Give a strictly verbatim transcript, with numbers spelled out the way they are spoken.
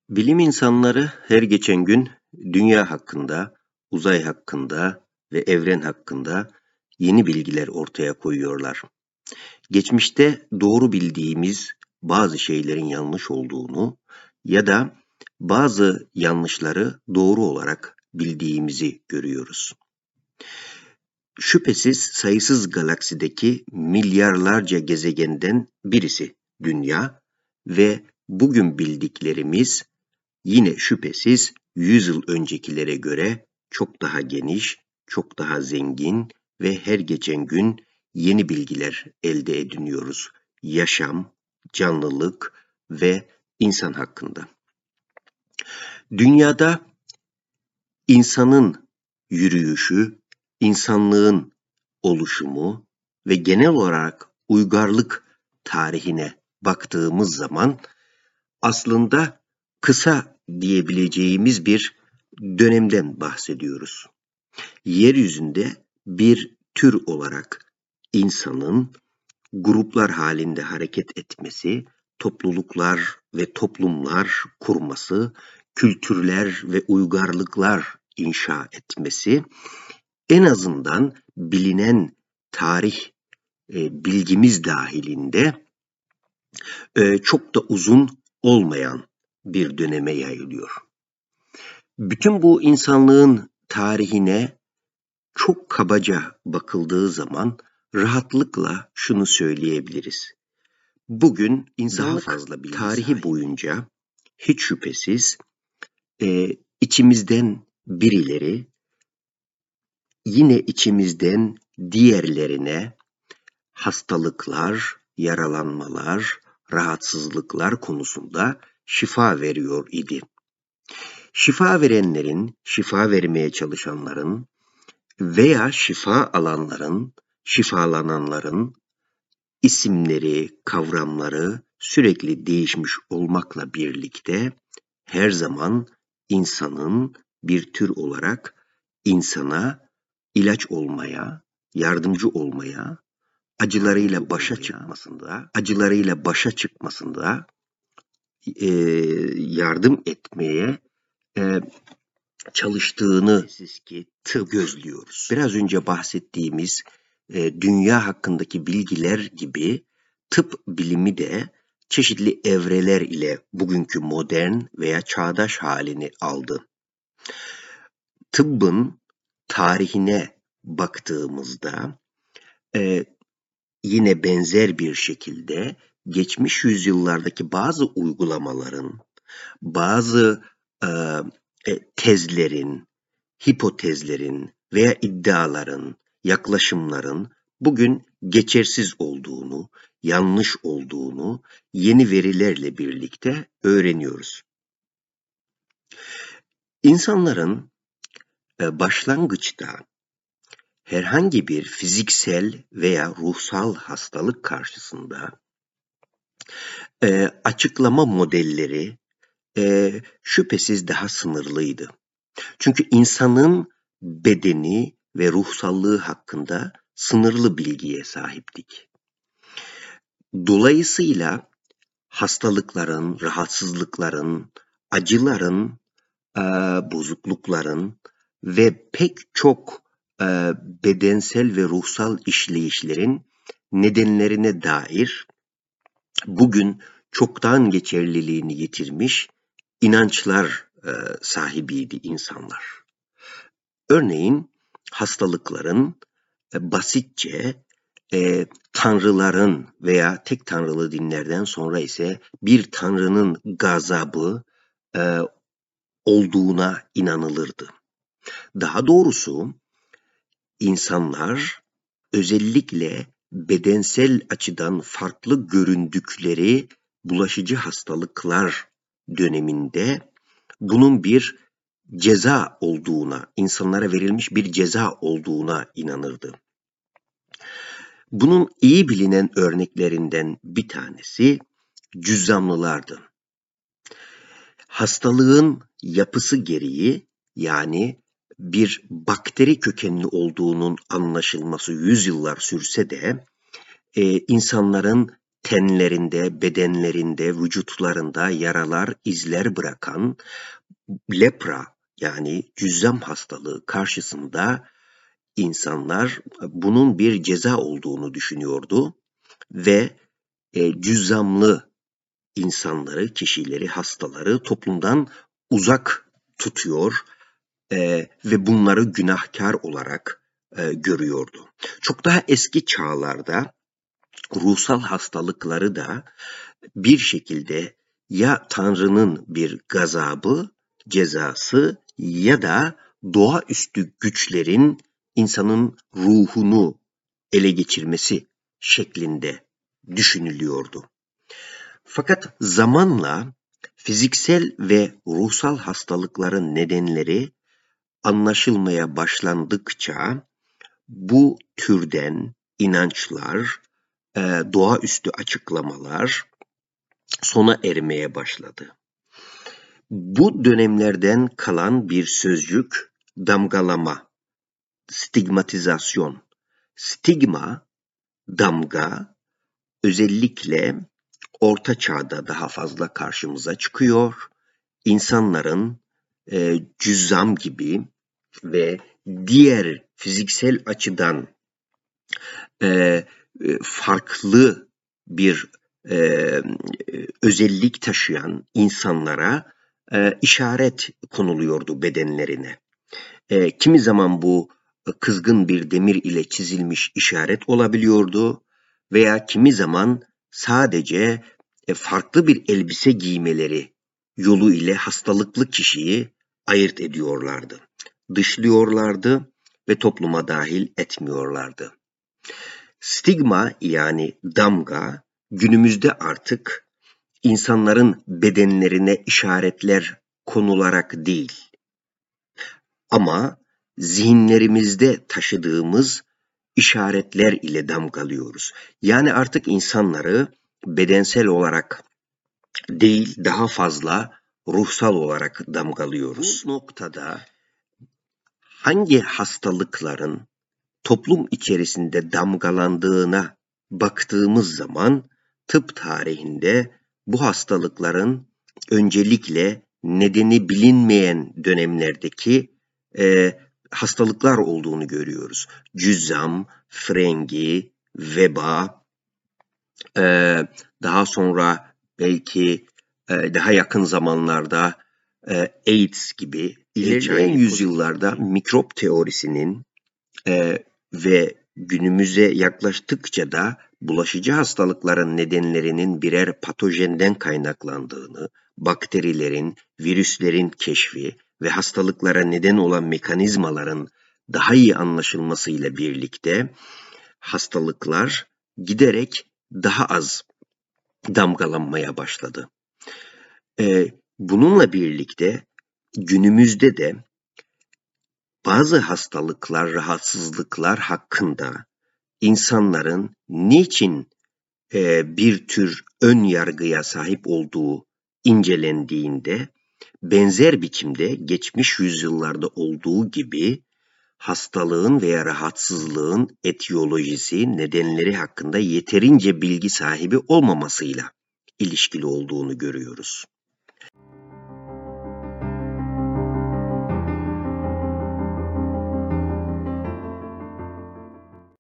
Bilim insanları her geçen gün dünya hakkında, uzay hakkında ve evren hakkında yeni bilgiler ortaya koyuyorlar. Geçmişte doğru bildiğimiz bazı şeylerin yanlış olduğunu ya da bazı yanlışları doğru olarak bildiğimizi görüyoruz. Şüphesiz sayısız galaksideki milyarlarca gezegenden birisi Dünya ve bugün bildiklerimiz yine şüphesiz yüz yıl öncekilere göre çok daha geniş, çok daha zengin ve her geçen gün yeni bilgiler elde ediniyoruz. Yaşam, canlılık ve insan hakkında. Dünyada insanın yürüyüşü, insanlığın oluşumu ve genel olarak uygarlık tarihine baktığımız zaman aslında kısa diyebileceğimiz bir dönemden bahsediyoruz. Yeryüzünde bir tür olarak insanın gruplar halinde hareket etmesi, topluluklar ve toplumlar kurması, kültürler ve uygarlıklar inşa etmesi, en azından bilinen tarih e, bilgimiz dahilinde e, çok da uzun olmayan bir döneme yayılıyor. Bütün bu insanlığın tarihine çok kabaca bakıldığı zaman rahatlıkla şunu söyleyebiliriz. Bugün insanlık fazla tarihi boyunca hiç şüphesiz e, içimizden birileri yine içimizden diğerlerine hastalıklar, yaralanmalar, rahatsızlıklar konusunda şifa veriyor idi. Şifa verenlerin, şifa vermeye çalışanların veya şifa alanların, şifalananların isimleri, kavramları sürekli değişmiş olmakla birlikte her zaman insanın bir tür olarak insana ilaç olmaya, yardımcı olmaya, acılarıyla başa çıkmasında, acılarıyla başa çıkmasında e, yardım etmeye e, çalıştığını tıp gözlüyoruz. Biraz önce bahsettiğimiz e, dünya hakkındaki bilgiler gibi tıp bilimi de çeşitli evreler ile bugünkü modern veya çağdaş halini aldı. Tıbbın tarihine baktığımızda e, yine benzer bir şekilde geçmiş yüzyıllardaki bazı uygulamaların, bazı e, tezlerin, hipotezlerin veya iddiaların, yaklaşımların bugün geçersiz olduğunu, yanlış olduğunu yeni verilerle birlikte öğreniyoruz. İnsanların e, başlangıçta herhangi bir fiziksel veya ruhsal hastalık karşısında e, açıklama modelleri e, şüphesiz daha sınırlıydı. Çünkü insanın bedeni ve ruhsallığı hakkında sınırlı bilgiye sahiptik. Dolayısıyla hastalıkların, rahatsızlıkların, acıların, e, bozuklukların ve pek çok e, bedensel ve ruhsal işleyişlerin nedenlerine dair bugün çoktan geçerliliğini yitirmiş inançlar e, sahibiydi insanlar. Örneğin hastalıkların e, basitçe e, tanrıların veya tek tanrılı dinlerden sonra ise bir tanrının gazabı e, olduğuna inanılırdı. Daha doğrusu insanlar özellikle bedensel açıdan farklı göründükleri bulaşıcı hastalıklar döneminde bunun bir ceza olduğuna, insanlara verilmiş bir ceza olduğuna inanırdı. Bunun iyi bilinen örneklerinden bir tanesi cüzzamlılardı. Hastalığın yapısı gereği, yani bir bakteri kökenli olduğunun anlaşılması yüzyıllar sürse de e, insanların tenlerinde, bedenlerinde, vücutlarında yaralar, izler bırakan lepra yani cüzzam hastalığı karşısında insanlar bunun bir ceza olduğunu düşünüyordu ve e, cüzzamlı insanları, kişileri, hastaları toplumdan uzak tutuyor e, ve bunları günahkar olarak e, görüyordu. Çok daha eski çağlarda ruhsal hastalıkları da bir şekilde ya Tanrı'nın bir gazabı, cezası ya da doğaüstü güçlerin insanın ruhunu ele geçirmesi şeklinde düşünülüyordu. Fakat zamanla fiziksel ve ruhsal hastalıkların nedenleri anlaşılmaya başlandıkça bu türden inançlar, doğaüstü açıklamalar sona ermeye başladı. Bu dönemlerden kalan bir sözcük damgalama, stigmatizasyon. Stigma, damga, özellikle Orta Çağ'da daha fazla karşımıza çıkıyor. İnsanların e, cüzzam gibi ve diğer fiziksel açıdan e, farklı bir e, özellik taşıyan insanlara e, işaret konuluyordu bedenlerine. E, kimi zaman bu kızgın bir demir ile çizilmiş işaret olabiliyordu veya kimi zaman sadece e, farklı bir elbise giymeleri yolu ile hastalıklı kişiyi ayırt ediyorlardı. Dışlıyorlardı ve topluma dahil etmiyorlardı. Stigma yani damga günümüzde artık insanların bedenlerine işaretler konularak değil ama zihinlerimizde taşıdığımız işaretler ile damgalıyoruz. Yani artık insanları bedensel olarak değil daha fazla ruhsal olarak damgalıyoruz. Bu noktada hangi hastalıkların toplum içerisinde damgalandığına baktığımız zaman tıp tarihinde bu hastalıkların öncelikle nedeni bilinmeyen dönemlerdeki e, hastalıklar olduğunu görüyoruz. Cüzzam, frengi, veba, e, daha sonra belki e, daha yakın zamanlarda e, AIDS gibi ilerleyen yüzyıllarda mikrop teorisinin e, ve günümüze yaklaştıkça da bulaşıcı hastalıkların nedenlerinin birer patojenden kaynaklandığını, bakterilerin, virüslerin keşfi ve hastalıklara neden olan mekanizmaların daha iyi anlaşılmasıyla birlikte hastalıklar giderek daha az damgalanmaya başladı. Ee, bununla birlikte günümüzde de bazı hastalıklar, rahatsızlıklar hakkında insanların niçin e, bir tür ön yargıya sahip olduğu incelendiğinde benzer biçimde geçmiş yüzyıllarda olduğu gibi hastalığın veya rahatsızlığın etiyolojisi, nedenleri hakkında yeterince bilgi sahibi olmamasıyla ilişkili olduğunu görüyoruz.